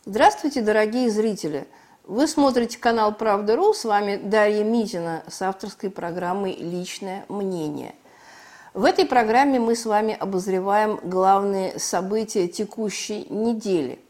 Здравствуйте, дорогие зрители! Вы смотрите канал «Правда.ру», с вами Дарья Митина с авторской программой «Личное мнение». В этой программе мы с вами обозреваем главные события текущей недели.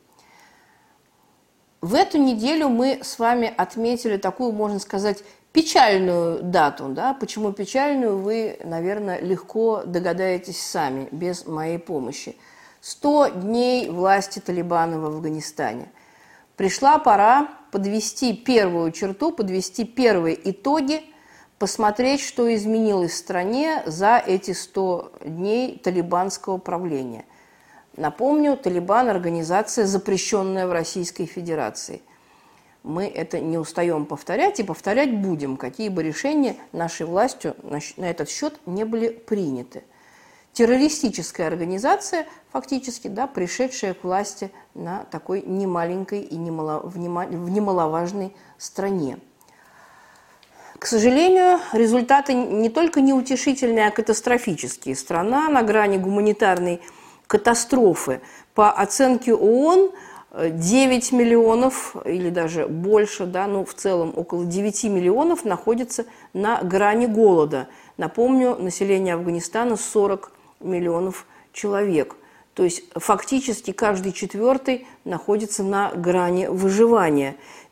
В эту неделю мы с вами отметили такую, можно сказать, печальную дату. Да? Почему печальную, вы, наверное, легко догадаетесь сами, без моей помощи. 100 дней власти Талибана в Афганистане. Пришла пора подвести первую черту, подвести первые итоги, посмотреть, что изменилось в стране за эти 100 дней талибанского правления. Напомню, Талибан – организация, запрещенная в Российской Федерации. Мы это не устаем повторять и повторять будем, какие бы решения нашей властью на этот счет не были приняты. Террористическая организация, фактически, да, пришедшая к власти на такой немаленькой и в немаловажной стране. К сожалению, результаты не только неутешительные, а катастрофические. Страна на грани гуманитарной катастрофы. По оценке ООН, 9 миллионов или даже больше, да, ну, в целом около 9 миллионов находится на грани голода. Напомню, население Афганистана 40 миллионов человек. То есть фактически каждый четвертый находится на грани выживания.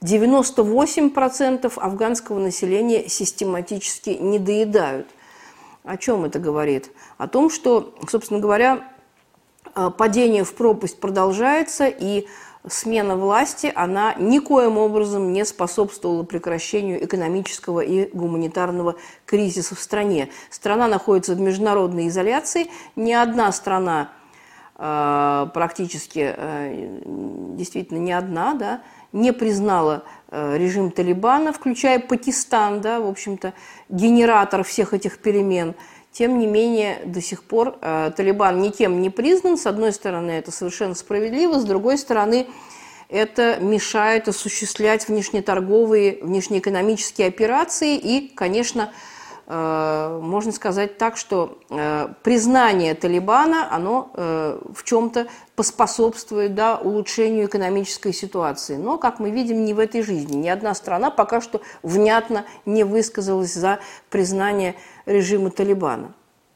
98% афганского населения систематически недоедают. О чем это говорит? О том, что, собственно говоря, падение в пропасть продолжается, и смена власти, она никоим образом не способствовала прекращению экономического и гуманитарного кризиса в стране. Страна находится в международной изоляции. Ни одна страна, практически, действительно ни одна, да, не признала режим Талибана, включая Пакистан, да, в общем-то, генератор всех этих перемен. Тем не менее, до сих пор Талибан никем не признан. С одной стороны, это совершенно справедливо, с другой стороны, это мешает осуществлять внешнеторговые, внешнеэкономические операции. И, конечно, можно сказать так, что признание Талибана, оно в чем-то поспособствует, да, улучшению экономической ситуации. Но, как мы видим, не в этой жизни. Ни одна страна пока что внятно не высказалась за признание режима Талибана.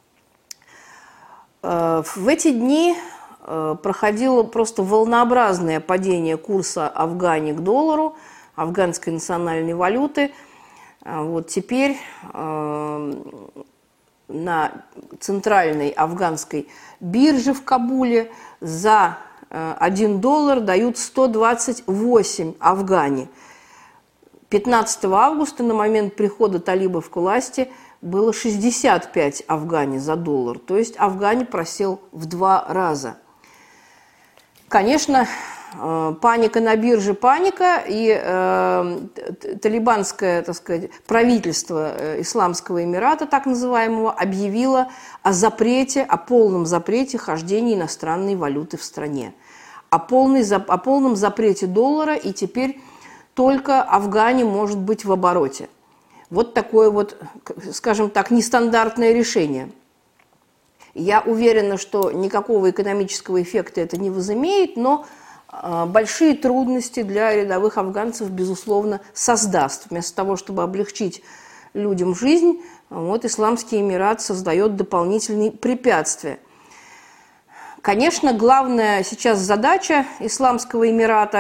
В эти дни проходило просто волнообразное падение курса афгани к доллару, афганской национальной валюты. Вот теперь на центральной афганской бирже в Кабуле за $1 дают 128 афгани. 15 августа, на момент прихода талибов к власти, было 65 афгани за доллар. То есть афгани просел в 2 раза. Конечно, паника на бирже, паника, и талибанское, так сказать, правительство Исламского Эмирата, так называемого, объявило о запрете, о полном запрете хождения иностранной валюты в стране. О полном запрете доллара, и теперь только афгани может быть в обороте. Вот такое вот, скажем так, нестандартное решение. Я уверена, что никакого экономического эффекта это не возымеет, но большие трудности для рядовых афганцев, безусловно, создаст. Вместо того, чтобы облегчить людям жизнь, вот Исламский Эмират создает дополнительные препятствия. Конечно, главная сейчас задача Исламского Эмирата –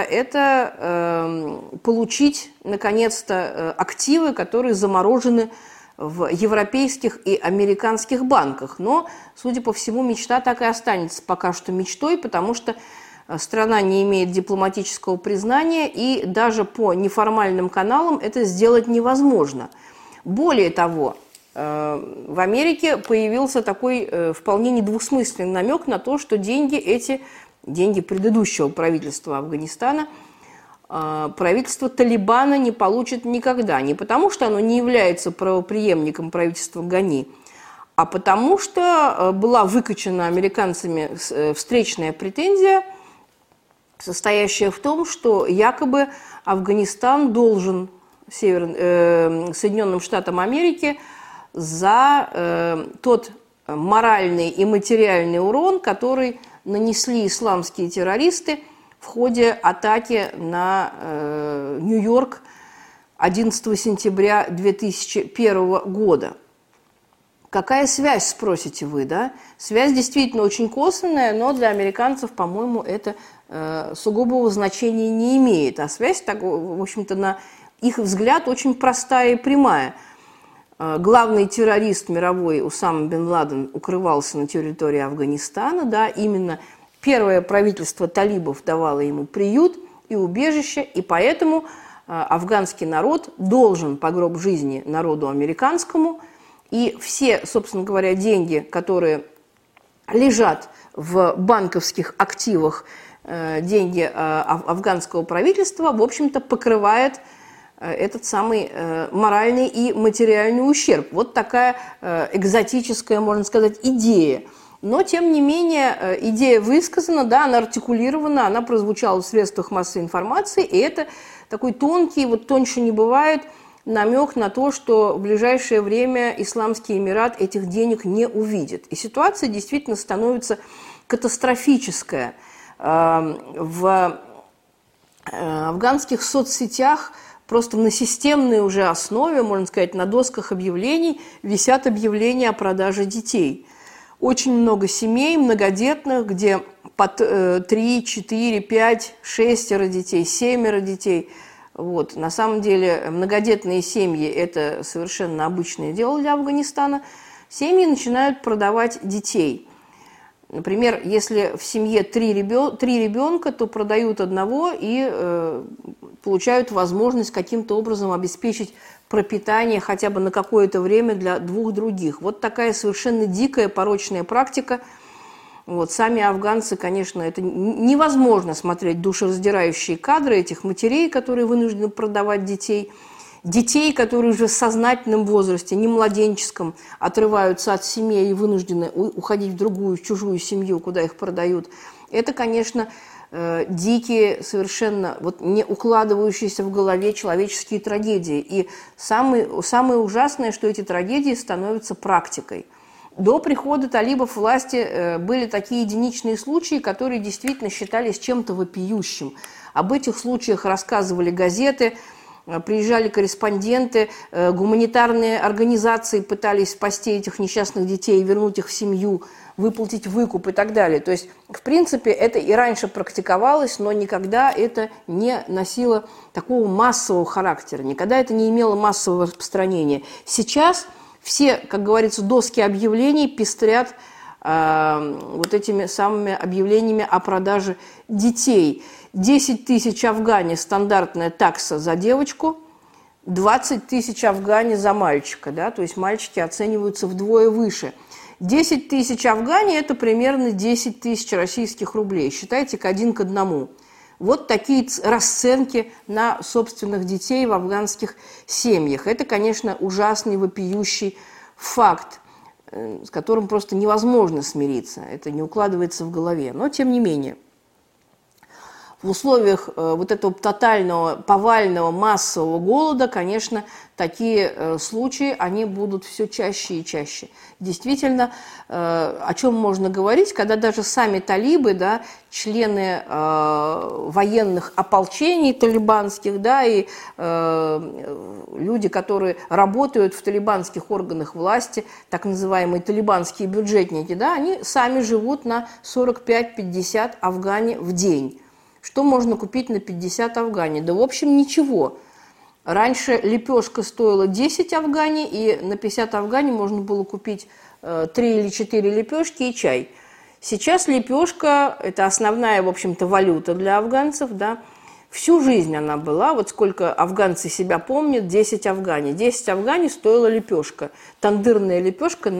это получить, наконец-то, активы, которые заморожены в европейских и американских банках. Но, судя по всему, мечта так и останется пока что мечтой, потому что страна не имеет дипломатического признания, и даже по неформальным каналам это сделать невозможно. Более того, в Америке появился такой вполне недвусмысленный намек на то, что деньги предыдущего правительства Афганистана, правительство Талибана не получит никогда. Не потому, что оно не является правопреемником правительства Гани, а потому, что была выкачана американцами встречная претензия, состоящая в том, что якобы Афганистан должен Соединенным Штатам Америки за тот моральный и материальный урон, который нанесли исламские террористы в ходе атаки на Нью-Йорк 11 сентября 2001 года. Какая связь, спросите вы, да? Связь действительно очень косвенная, но для американцев, по-моему, это сугубого значения не имеет. А связь, так, в общем-то, на их взгляд, очень простая и прямая. Главный террорист мировой Усама бен Ладен укрывался на территории Афганистана, да, именно первое правительство талибов давало ему приют и убежище, и поэтому афганский народ должен по гроб жизни народу американскому, и все, собственно говоря, деньги, которые лежат в банковских активах, деньги афганского правительства, в общем-то, покрывает этот самый моральный и материальный ущерб. Вот такая экзотическая, можно сказать, идея. Но, тем не менее, идея высказана, да, она артикулирована, она прозвучала в средствах массовой информации, и это такой тонкий, вот тоньше не бывает, намек на то, что в ближайшее время Исламский Эмират этих денег не увидит. И ситуация действительно становится катастрофическая. В афганских соцсетях просто на системной уже основе, можно сказать, на досках объявлений висят объявления о продаже детей. Очень много семей многодетных, где по 3, 4, 5, 6 детей, 7 детей. Вот. На самом деле многодетные семьи – это совершенно обычное дело для Афганистана. Семьи начинают продавать детей. Например, если в семье 3 ребенка, то продают одного и получают возможность каким-то образом обеспечить пропитание хотя бы на какое-то время для 2 других. Вот такая совершенно дикая, порочная практика. Вот. Сами афганцы, конечно, это невозможно смотреть душераздирающие кадры этих матерей, которые вынуждены продавать детей. Детей, которые уже в сознательном возрасте, не младенческом, отрываются от семьи и вынуждены уходить в другую, в чужую семью, куда их продают. Это, конечно, дикие, совершенно вот не укладывающиеся в голове человеческие трагедии. И самое ужасное, что эти трагедии становятся практикой. До прихода талибов к власти были такие единичные случаи, которые действительно считались чем-то вопиющим. Об этих случаях рассказывали газеты, приезжали корреспонденты, гуманитарные организации пытались спасти этих несчастных детей, вернуть их в семью, выплатить выкуп и так далее. То есть, в принципе, это и раньше практиковалось, но никогда это не носило такого массового характера, никогда это не имело массового распространения. Сейчас все, как говорится, доски объявлений пестрят вот этими самыми объявлениями о продаже детей. 10 тысяч афгани – стандартная такса за девочку, 20 тысяч афгани за мальчика, да, то есть мальчики оцениваются вдвое выше. 10 тысяч афгани – это примерно 10 тысяч российских рублей, считайте, 1 к 1. Вот такие расценки на собственных детей в афганских семьях. Это, конечно, ужасный, вопиющий факт, с которым просто невозможно смириться, это не укладывается в голове, но тем не менее. В условиях вот этого тотального, повального, массового голода, конечно, такие случаи, они будут все чаще и чаще. Действительно, о чем можно говорить, когда даже сами талибы, да, члены военных ополчений талибанских, да, и люди, которые работают в талибанских органах власти, так называемые талибанские бюджетники, да, они сами живут на 45-50 афгани в день. Что можно купить на 50 афгани? Да, в общем, ничего. Раньше лепешка стоила 10 афгани, и на 50 афгани можно было купить 3 или 4 лепешки и чай. Сейчас лепешка – это основная, в общем-то, валюта для афганцев, да. Всю жизнь она была, вот сколько афганцы себя помнят, 10 афгани. 10 афгани стоила лепешка, тандырная лепешка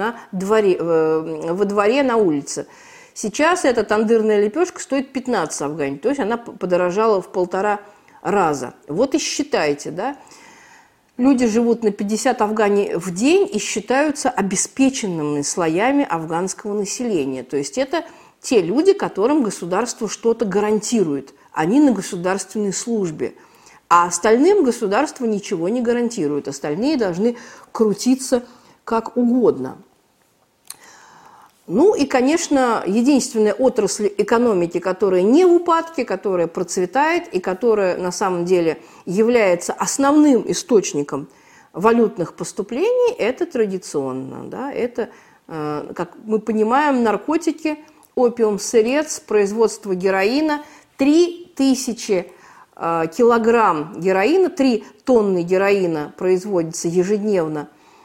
во дворе на улице. Сейчас эта тандырная лепешка стоит 15 афгани, то есть она подорожала в 1,5 раза. Вот и считайте, да, люди живут на 50 афгани в день и считаются обеспеченными слоями афганского населения. То есть это те люди, которым государство что-то гарантирует, они на государственной службе. А остальным государство ничего не гарантирует, остальные должны крутиться как угодно. Ну и, конечно, единственная отрасль экономики, которая не в упадке, которая процветает и которая на самом деле является основным источником валютных поступлений, это традиционно. Да, это, как мы понимаем, наркотики, опиум, сырец, производство героина. 3000 килограмм героина, 3 тонны героина производится ежедневно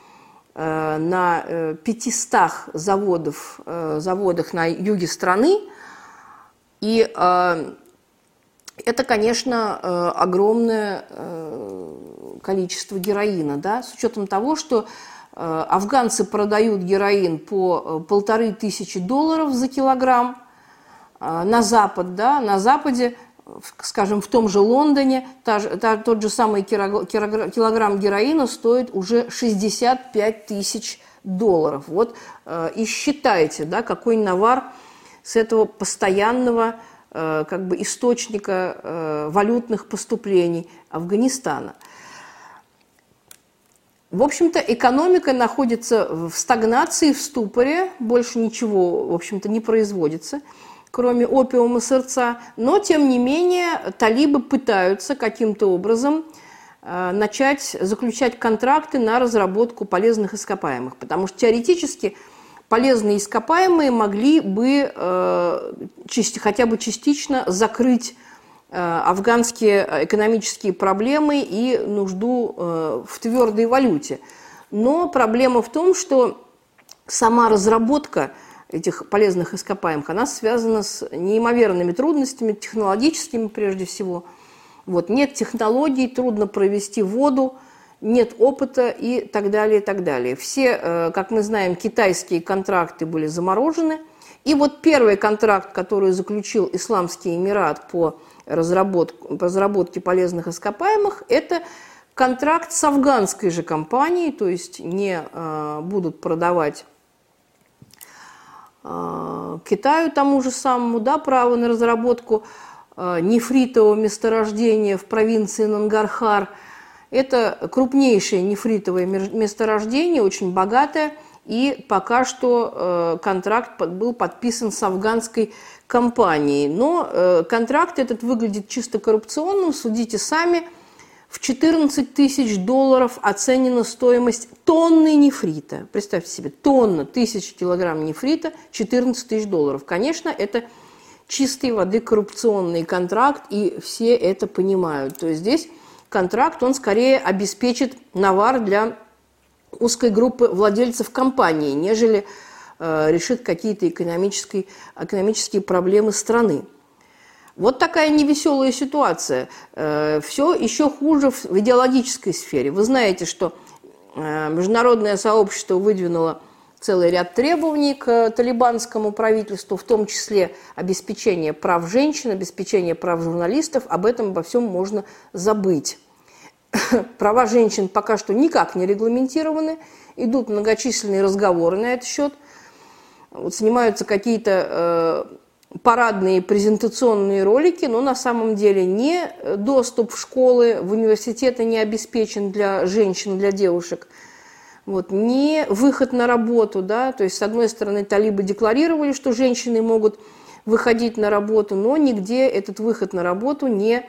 на 500 заводах на юге страны. И это, конечно, огромное количество героина, да, с учетом того, что афганцы продают героин по $1500 за килограмм на Запад, да, на Западе, скажем, в том же Лондоне тот же самый килограмм героина стоит уже $65 000. Вот и считайте, да, какой навар с этого постоянного как бы источника валютных поступлений Афганистана. В общем-то, экономика находится в стагнации, в ступоре, больше ничего, в общем-то, не производится, кроме опиума, сырца, но, тем не менее, талибы пытаются каким-то образом начать заключать контракты на разработку полезных ископаемых, потому что теоретически полезные ископаемые могли бы хотя бы частично закрыть афганские экономические проблемы и нужду в твердой валюте. Но проблема в том, что сама разработка этих полезных ископаемых, она связана с неимоверными трудностями, технологическими прежде всего. Вот, нет технологий, трудно провести воду, нет опыта и так далее, и так далее. Все, как мы знаем, китайские контракты были заморожены. И вот первый контракт, который заключил Исламский Эмират по разработке полезных ископаемых, это контракт с афганской же компанией, то есть не будут продавать Китаю тому же самому, да, право на разработку нефритового месторождения в провинции Нангархар. Это крупнейшее нефритовое месторождение, очень богатое, и пока что контракт был подписан с афганской компанией. Но контракт этот выглядит чисто коррупционным, судите сами. В $14 000 оценена стоимость тонны нефрита. Представьте себе, тонна, 1000 килограмм нефрита, $14 000. Конечно, это чистой воды коррупционный контракт, и все это понимают. То есть здесь контракт, он скорее обеспечит навар для узкой группы владельцев компании, нежели решит какие-то экономические проблемы страны. Вот такая невеселая ситуация. Все еще хуже в идеологической сфере. Вы знаете, что международное сообщество выдвинуло целый ряд требований к талибанскому правительству, в том числе обеспечение прав женщин, обеспечение прав журналистов. Об этом обо всем можно забыть. Права женщин пока что никак не регламентированы. Идут многочисленные разговоры на этот счет. Вот снимаются какие-то парадные презентационные ролики, но на самом деле ни доступ в школы, в университеты не обеспечен для женщин, для девушек, вот, ни выход на работу. Да? То есть, с одной стороны, талибы декларировали, что женщины могут выходить на работу, но нигде этот выход на работу не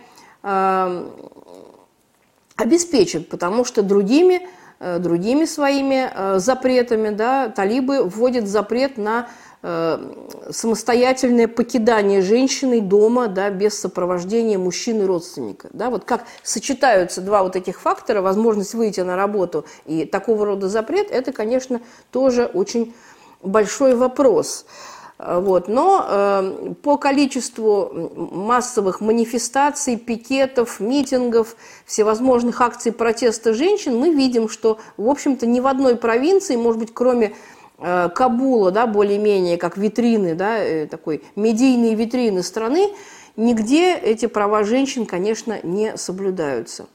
обеспечен, потому что другими своими запретами, да, талибы вводят запрет на самостоятельное покидание женщины дома, да, без сопровождения мужчины и родственника. Да, вот как сочетаются два вот этих фактора, возможность выйти на работу и такого рода запрет, это, конечно, тоже очень большой вопрос. Вот. Но по количеству массовых манифестаций, пикетов, митингов, всевозможных акций протеста женщин мы видим, что, в общем-то, ни в одной провинции, может быть, кроме Кабула, да, более-менее как витрины, да, такой медийные витрины страны, нигде эти права женщин, конечно, не соблюдаются.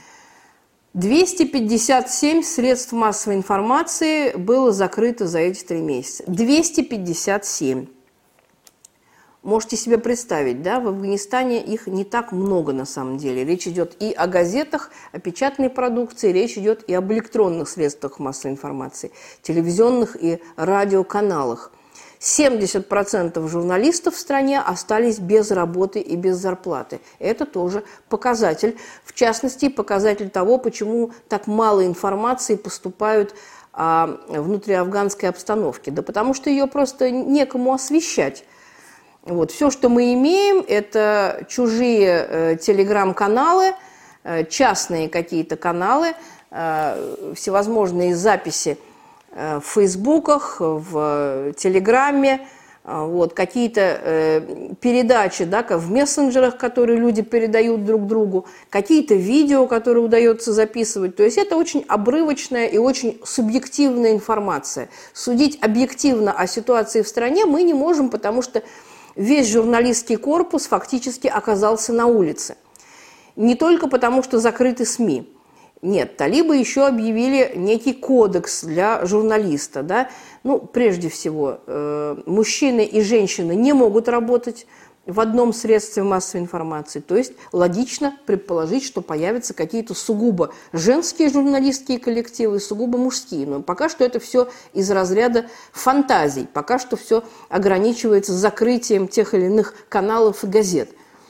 257 средств массовой информации было закрыто за эти 3 месяца. 257. Можете себе представить, да, в Афганистане их не так много на самом деле. Речь идет и о газетах, о печатной продукции, речь идет и об электронных средствах массовой информации, телевизионных и радиоканалах. 70% журналистов в стране остались без работы и без зарплаты. Это тоже показатель, в частности, показатель того, почему так мало информации поступают о внутриафганской обстановке. Да потому что ее просто некому освещать. Вот. Все, что мы имеем, это чужие телеграм-каналы, частные какие-то каналы, всевозможные записи в фейсбуках, в телеграме, вот, какие-то передачи, да, в мессенджерах, которые люди передают друг другу, какие-то видео, которые удается записывать. То есть это очень обрывочная и очень субъективная информация. Судить объективно о ситуации в стране мы не можем, потому что весь журналистский корпус фактически оказался на улице. Не только потому, что закрыты СМИ. Нет, талибы еще объявили некий кодекс для журналиста. Да? Ну, прежде всего, мужчины и женщины не могут работать в одном средстве массовой информации. То есть логично предположить, что появятся какие-то сугубо женские журналистские коллективы, сугубо мужские. Но пока что это все из разряда фантазий. Пока что все ограничивается закрытием тех или иных каналов и газет.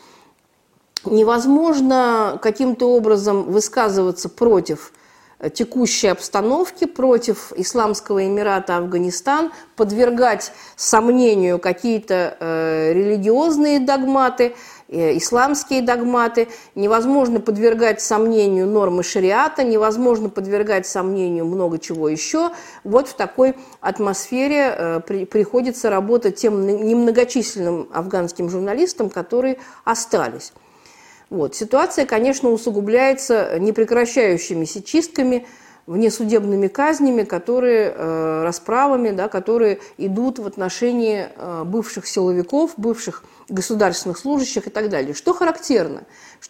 Невозможно каким-то образом высказываться против текущей обстановки, против Исламского Эмирата Афганистан, подвергать сомнению какие-то религиозные догматы, исламские догматы, невозможно подвергать сомнению нормы шариата, невозможно подвергать сомнению много чего еще. Вот в такой атмосфере приходится работать тем немногочисленным афганским журналистам, которые остались. Вот. Ситуация, конечно, усугубляется непрекращающимися чистками, внесудебными казнями, расправами, да, которые идут в отношении бывших силовиков, бывших государственных служащих и так далее. Что характерно?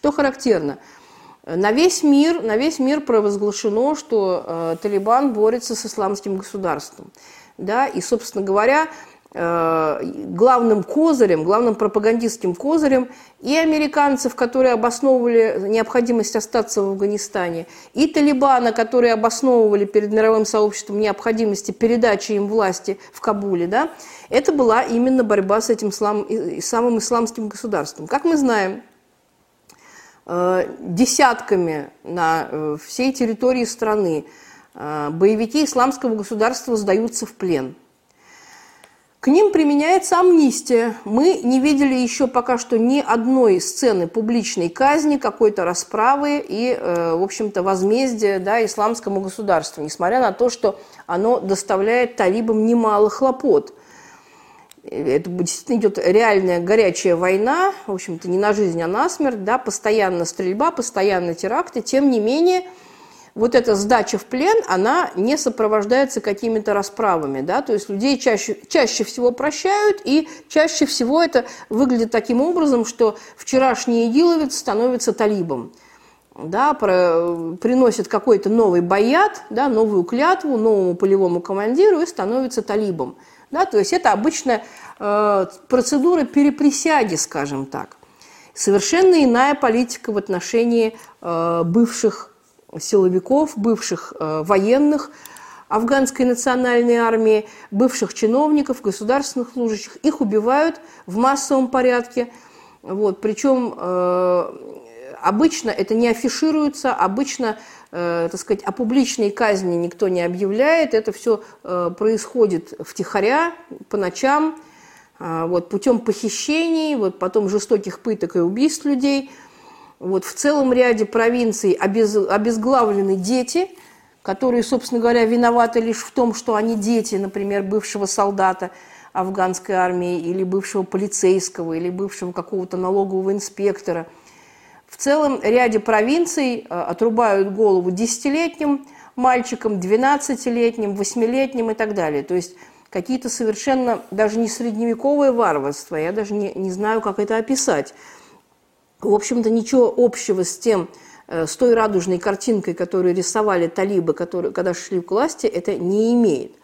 На весь мир провозглашено, что Талибан борется с исламским государством. Да, и, собственно говоря, главным пропагандистским козырем и американцев, которые обосновывали необходимость остаться в Афганистане, и Талибана, которые обосновывали перед мировым сообществом необходимость передачи им власти в Кабуле, да, это была именно борьба с этим самым исламским государством. Как мы знаем, десятками на всей территории страны боевики исламского государства сдаются в плен. К ним применяется амнистия. Мы не видели еще пока что ни одной сцены публичной казни, какой-то расправы и, в общем-то, возмездия, да, исламскому государству, несмотря на то, что оно доставляет талибам немало хлопот. Это действительно идет реальная горячая война, в общем-то, не на жизнь, а на смерть, да, постоянно стрельба, постоянно теракты. Тем не менее, вот эта сдача в плен, она не сопровождается какими-то расправами, да, то есть людей чаще всего прощают, и чаще всего это выглядит таким образом, что вчерашний идиловец становится талибом, да, приносит какой-то новый баят, да, новую клятву новому полевому командиру и становится талибом, да, то есть это обычно процедура переприсяги, скажем так, совершенно иная политика в отношении бывших силовиков, бывших военных афганской национальной армии, бывших чиновников, государственных служащих. Их убивают в массовом порядке. Вот. Причем обычно это не афишируется, обычно, так сказать, о публичной казни никто не объявляет. Это все происходит втихаря, по ночам, вот, путем похищений, вот, потом жестоких пыток и убийств людей. Вот в целом ряде провинций обезглавлены дети, которые, собственно говоря, виноваты лишь в том, что они дети, например, бывшего солдата афганской армии или бывшего полицейского, или бывшего какого-то налогового инспектора. В целом ряде провинций отрубают голову 10-летним мальчикам, 12-летним, 8-летним и так далее. То есть какие-то совершенно даже не средневековое варварство, я даже не знаю, как это описать. В общем-то, ничего общего с той радужной картинкой, которую рисовали талибы, когда шли к власти, это не имеет.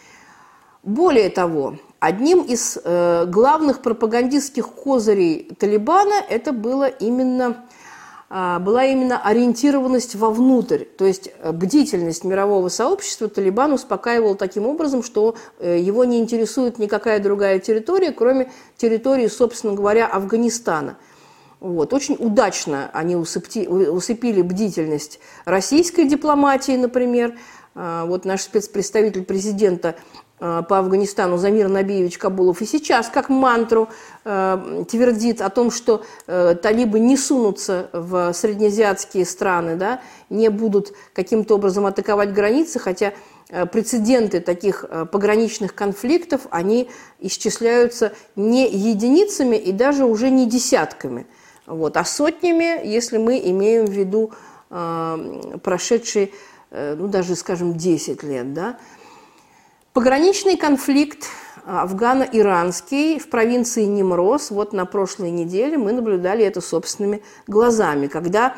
Более того, одним из главных пропагандистских козырей Талибана это было именно была именно ориентированность вовнутрь, то есть бдительность мирового сообщества. Талибан успокаивал таким образом, что его не интересует никакая другая территория, кроме территории, собственно говоря, Афганистана. Вот. Очень удачно они усыпили бдительность российской дипломатии, например. Вот наш спецпредставитель президента по Афганистану Замир Набиевич Кабулов и сейчас как мантру твердит о том, что талибы не сунутся в среднеазиатские страны, да, не будут каким-то образом атаковать границы, хотя прецеденты таких пограничных конфликтов, они исчисляются не единицами и даже уже не десятками, вот, а сотнями, если мы имеем в виду прошедшие, ну, даже, скажем, 10 лет, да. Пограничный конфликт афгано-иранский в провинции Нимроз, вот на прошлой неделе мы наблюдали это собственными глазами, когда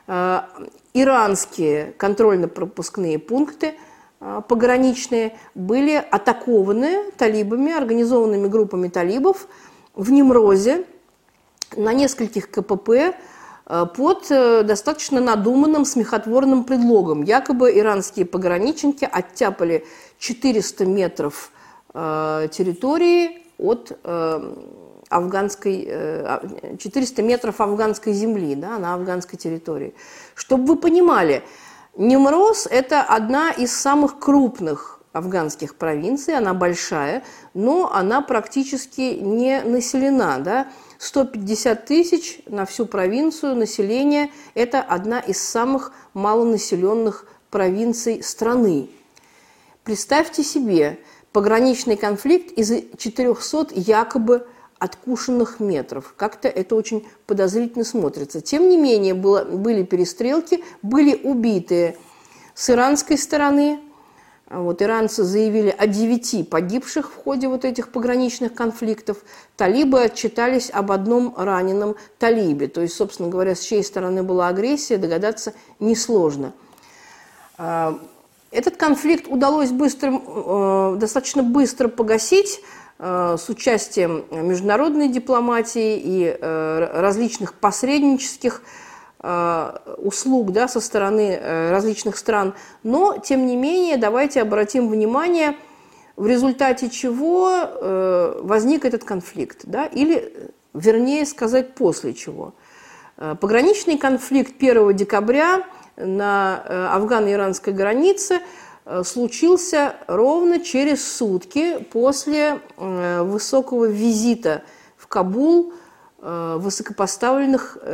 иранские контрольно-пропускные пункты пограничные были атакованы талибами, организованными группами талибов в Нимрозе на нескольких КПП под достаточно надуманным смехотворным предлогом. Якобы иранские пограничники оттяпали 400 метров территории от афганской, 400 метров афганской земли, да, на афганской территории. Чтобы вы понимали, Нимроз – это одна из самых крупных афганских провинций, она большая, но она практически не населена, да. 150 тысяч на всю провинцию населения – это одна из самых малонаселенных провинций страны. Представьте себе пограничный конфликт из 400 якобы откушенных метров. Как-то это очень подозрительно смотрится. Тем не менее, были перестрелки, были убитые с иранской стороны. Вот, иранцы заявили о 9 погибших в ходе вот этих пограничных конфликтов. Талибы отчитались об одном раненом талибе. То есть, собственно говоря, с чьей стороны была агрессия, догадаться несложно. Этот конфликт удалось достаточно быстро погасить с участием международной дипломатии и различных посреднических услуг, да, со стороны различных стран. Но, тем не менее, давайте обратим внимание, в результате чего возник этот конфликт, да, или, вернее сказать, после чего. Пограничный конфликт 1 декабря на афгано-иранской границе случился ровно через сутки после высокого визита в Кабул высокопоставленных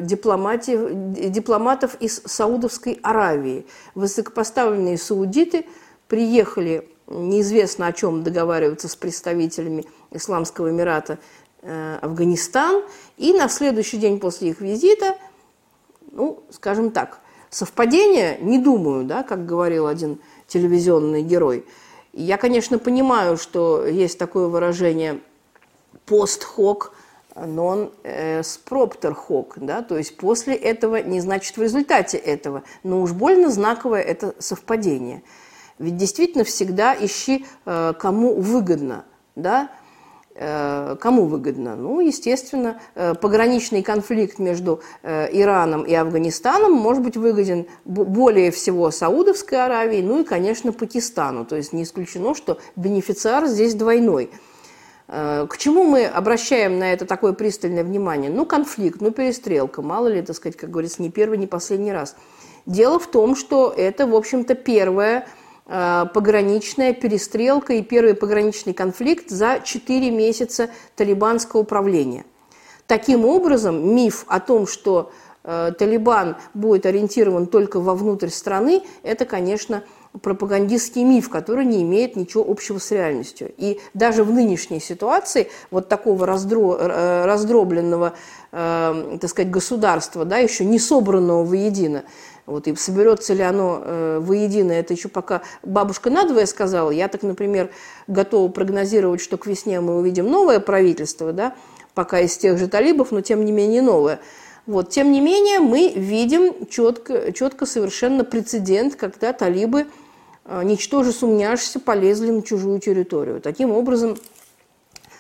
дипломатов из Саудовской Аравии. Высокопоставленные саудиты приехали, неизвестно о чем договариваться с представителями Исламского Эмирата Афганистан, и на следующий день после их визита, ну, скажем так, совпадение, не думаю, да, как говорил один телевизионный герой. Я, конечно, понимаю, что есть такое выражение «пост хок», non est propter hoc, да, то есть после этого не значит в результате этого, но уж больно знаковое это совпадение. Ведь действительно всегда ищи, кому выгодно, да, кому выгодно. Ну, естественно, пограничный конфликт между Ираном и Афганистаном может быть выгоден более всего Саудовской Аравии, ну и, конечно, Пакистану. То есть не исключено, что бенефициар здесь двойной. К чему мы обращаем на это такое пристальное внимание? Ну, конфликт, ну, перестрелка, мало ли, так сказать, как говорится, не первый, не последний раз. Дело в том, что это, в общем-то, первая пограничная перестрелка и первый пограничный конфликт за 4 месяца талибанского правления. Таким образом, миф о том, что Талибан будет ориентирован только вовнутрь страны, это, конечно, пропагандистский миф, который не имеет ничего общего с реальностью. И даже в нынешней ситуации вот такого раздробленного, так сказать, государства, да, еще не собранного воедино, вот, и соберется ли оно воедино, это еще пока бабушка надвое сказала. Я так, например, готова прогнозировать, что к весне мы увидим новое правительство, да, пока из тех же талибов, но тем не менее новое. Вот, тем не менее, мы видим четко совершенно прецедент, когда талибы, ничтоже сумняшися, полезли на чужую территорию. Таким образом,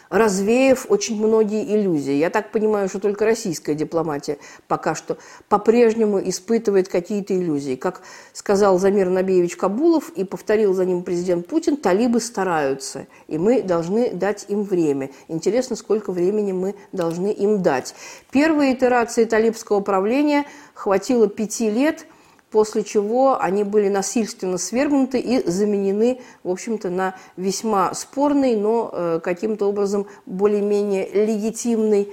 развеяв очень многие иллюзии. Я так понимаю, что только российская дипломатия пока что по-прежнему испытывает какие-то иллюзии. Как сказал Замир Набиевич Кабулов и повторил за ним президент Путин, талибы стараются, и мы должны дать им время. Интересно, сколько времени мы должны им дать. Первые итерации талибского правления хватило 5 лет, после чего они были насильственно свергнуты и заменены, в общем-то, на весьма спорный, но каким-то образом более-менее легитимный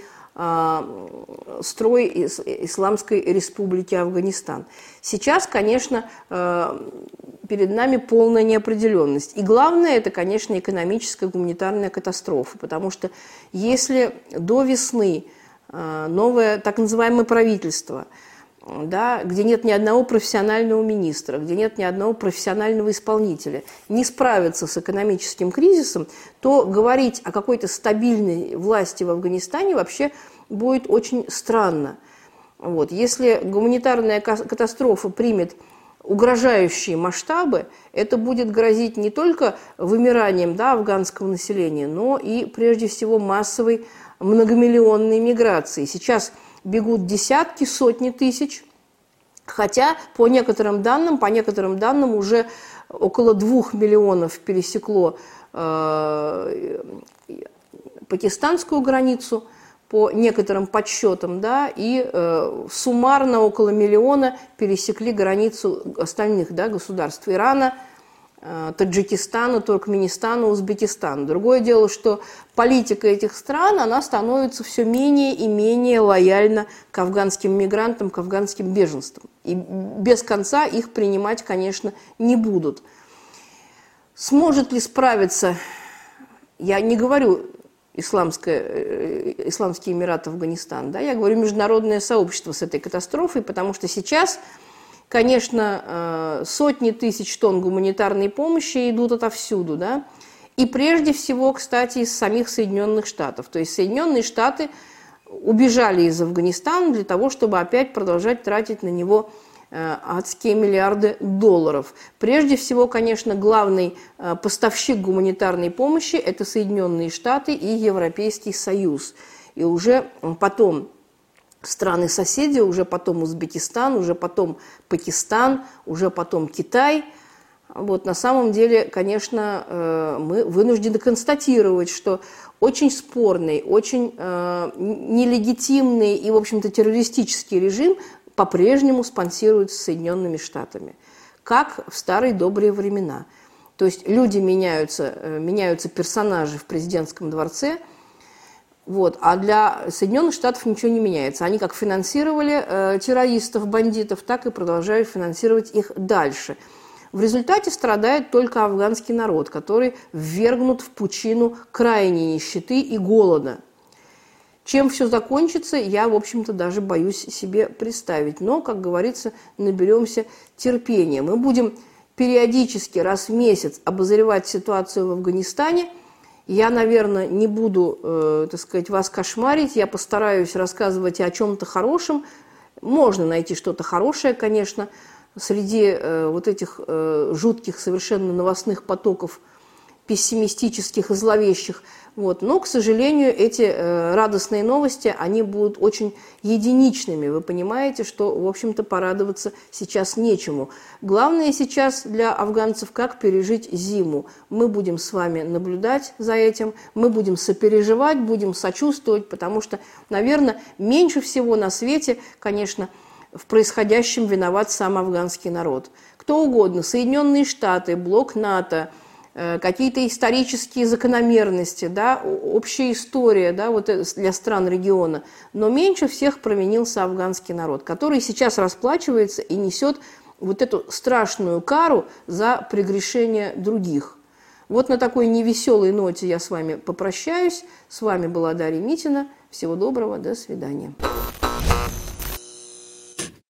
строй Исламской Республики Афганистан. Сейчас, конечно, перед нами полная неопределенность. И главное, это, конечно, экономическая гуманитарная катастрофа, потому что если до весны новое так называемое правительство, да, где нет ни одного профессионального министра, где нет ни одного профессионального исполнителя, не справится с экономическим кризисом, то говорить о какой-то стабильной власти в Афганистане вообще будет очень странно. Вот. Если гуманитарная катастрофа примет угрожающие масштабы, это будет грозить не только вымиранием, да, афганского населения, но и, прежде всего, массовой многомиллионной миграцией. Сейчас бегут десятки, сотни тысяч, хотя по некоторым данным уже около 2 миллионов пересекло пакистанскую границу, по некоторым подсчетам, да, и суммарно около 1 миллиона пересекли границу остальных, да, государств: Ирана, Таджикистана, Туркменистана, Узбекистана. Другое дело, что политика этих стран, она становится все менее и менее лояльна к афганским мигрантам, к афганским беженцам. И без конца их принимать, конечно, не будут. Сможет ли справиться, я не говорю Исламские Эмираты, Афганистан, да, я говорю международное сообщество с этой катастрофой, потому что сейчас, конечно, сотни тысяч тонн гуманитарной помощи идут отовсюду, да, и прежде всего, кстати, из самих Соединенных Штатов. То есть Соединенные Штаты убежали из Афганистана для того, чтобы опять продолжать тратить на него адские миллиарды долларов. Прежде всего, конечно, главный поставщик гуманитарной помощи – это Соединенные Штаты и Европейский Союз. И уже потом страны-соседи, уже потом Узбекистан, уже потом Пакистан, уже потом Китай. Вот, на самом деле, конечно, мы вынуждены констатировать, что очень спорный, очень нелегитимный и, в общем-то, террористический режим по-прежнему спонсируется Соединенными Штатами, как в старые добрые времена. То есть люди меняются персонажи в президентском дворце, вот, а для Соединенных Штатов ничего не меняется. Они как финансировали террористов, бандитов, так и продолжают финансировать их дальше. В результате страдает только афганский народ, который ввергнут в пучину крайней нищеты и голода. Чем все закончится, я, в общем-то, даже боюсь себе представить. Но, как говорится, наберемся терпения. Мы будем периодически, раз в месяц, обозревать ситуацию в Афганистане. Я, наверное, не буду, так сказать, вас кошмарить. Я постараюсь рассказывать о чем-то хорошем. Можно найти что-то хорошее, конечно, среди вот этих жутких совершенно новостных потоков, пессимистических и зловещих. Вот. Но, к сожалению, эти радостные новости, они будут очень единичными. Вы понимаете, что, в общем-то, порадоваться сейчас нечему. Главное сейчас для афганцев, как пережить зиму. Мы будем с вами наблюдать за этим, мы будем сопереживать, будем сочувствовать, потому что, наверное, меньше всего на свете, конечно, в происходящем виноват сам афганский народ. Кто угодно, Соединенные Штаты, блок НАТО, какие-то исторические закономерности, да, общая история, да, вот для стран региона. Но меньше всех провинился афганский народ, который сейчас расплачивается и несет вот эту страшную кару за прегрешение других. Вот на такой невеселой ноте я с вами попрощаюсь. С вами была Дарья Митина. Всего доброго, до свидания.